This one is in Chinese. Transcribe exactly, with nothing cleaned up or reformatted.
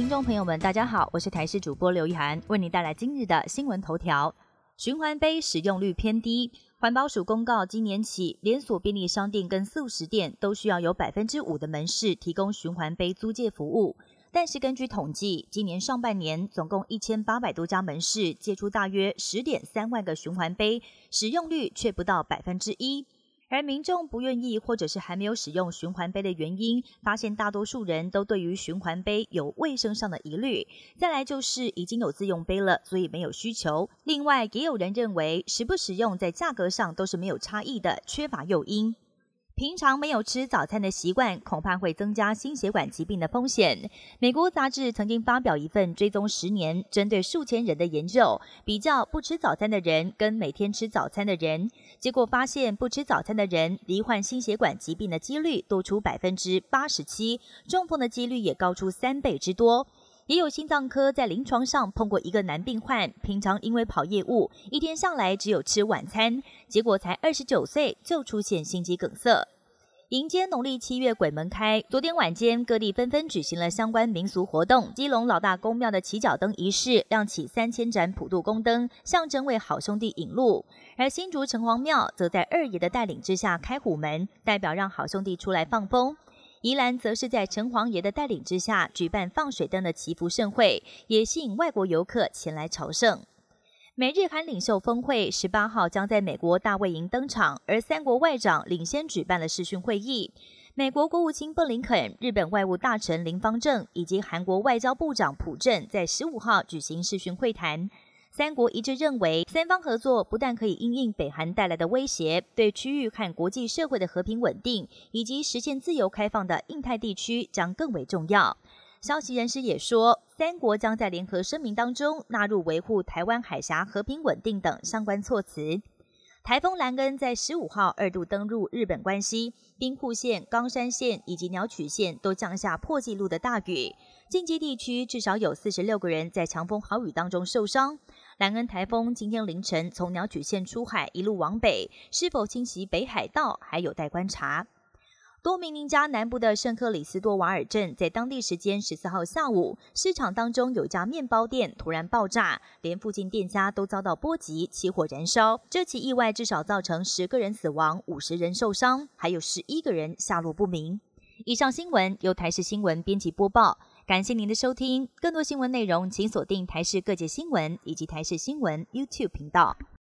听众朋友们，大家好，我是台视主播刘一涵，为您带来今日的新闻头条。循环杯使用率偏低，环保署公告，今年起，连锁便利商店跟素食店都需要有百分之五的门市提供循环杯租借服务。但是根据统计，今年上半年总共一千八百多家门市借出大约十点三万个循环杯，使用率却不到百分之一。而民众不愿意或者是还没有使用循环杯的原因，发现大多数人都对于循环杯有卫生上的疑虑，再来就是已经有自用杯了，所以没有需求。另外也有人认为使不使用在价格上都是没有差异的，缺乏诱因。平常没有吃早餐的习惯，恐怕会增加心血管疾病的风险。美国杂志曾经发表一份追踪十年、针对数千人的研究，比较不吃早餐的人跟每天吃早餐的人，结果发现不吃早餐的人罹患心血管疾病的几率多出百分之八十七，中风的几率也高出三倍之多。也有心脏科在临床上碰过一个男病患，平常因为跑业务，一天下来只有吃晚餐，结果才二十九岁就出现心肌梗塞。迎接农历七月鬼门开，昨天晚间各地纷纷举行了相关民俗活动。基隆老大公庙的起脚灯仪式亮起三千盏普渡宫灯，象征为好兄弟引路。而新竹城隍庙则在二爷的带领之下开虎门，代表让好兄弟出来放风。宜兰则是在城隍爷的带领之下举办放水灯的祈福盛会，也吸引外国游客前来朝圣。美日韩领袖峰会十八号将在美国大卫营登场，而三国外长领先举办了视讯会议。美国国务卿布林肯、日本外务大臣林芳正以及韩国外交部长朴正在十五号举行视讯会谈。三国一致认为，三方合作不但可以因应北韩带来的威胁，对区域和国际社会的和平稳定以及实现自由开放的印太地区将更为重要。消息人士也说，三国将在联合声明当中纳入维护台湾海峡和平稳定等相关措辞。台风兰恩在十五号二度登陆日本关西，兵库县、冈山县以及鸟取县都降下破纪录的大雨，近畿地区至少有四十六个人在强风豪雨当中受伤。兰恩台风今天凌晨从鸟取县出海一路往北，是否侵袭北海道还有待观察。多米尼加南部的圣克里斯多瓦尔镇在当地时间十四号下午，市场当中有一家面包店突然爆炸，连附近店家都遭到波及，起火燃烧。这起意外至少造成十个人死亡，五十人受伤，还有十一个人下落不明。以上新闻由台视新闻编辑播报，感谢您的收听。更多新闻内容请锁定台视各界新闻以及台视新闻 YouTube 频道。